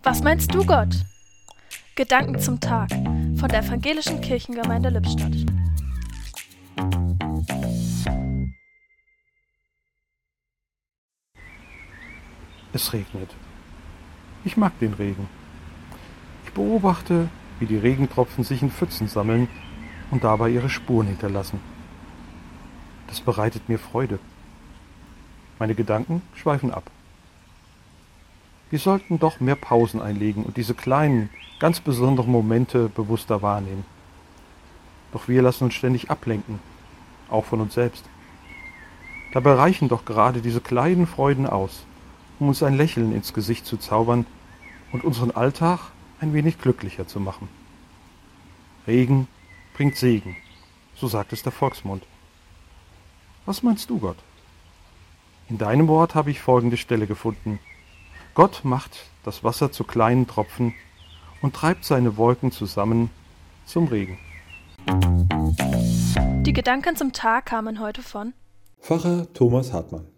Was meinst du, Gott? Gedanken zum Tag von der Evangelischen Kirchengemeinde Lippstadt. Es regnet. Ich mag den Regen. Ich beobachte, wie die Regentropfen sich in Pfützen sammeln und dabei ihre Spuren hinterlassen. Das bereitet mir Freude. Meine Gedanken schweifen ab. Wir sollten doch mehr Pausen einlegen und diese kleinen, ganz besonderen Momente bewusster wahrnehmen. Doch wir lassen uns ständig ablenken, auch von uns selbst. Dabei reichen doch gerade diese kleinen Freuden aus, um uns ein Lächeln ins Gesicht zu zaubern und unseren Alltag ein wenig glücklicher zu machen. Regen bringt Segen, so sagt es der Volksmund. Was meinst du, Gott? In deinem Wort habe ich folgende Stelle gefunden. Gott macht das Wasser zu kleinen Tropfen und treibt seine Wolken zusammen zum Regen. Die Gedanken zum Tag kamen heute von Pfarrer Thomas Hartmann.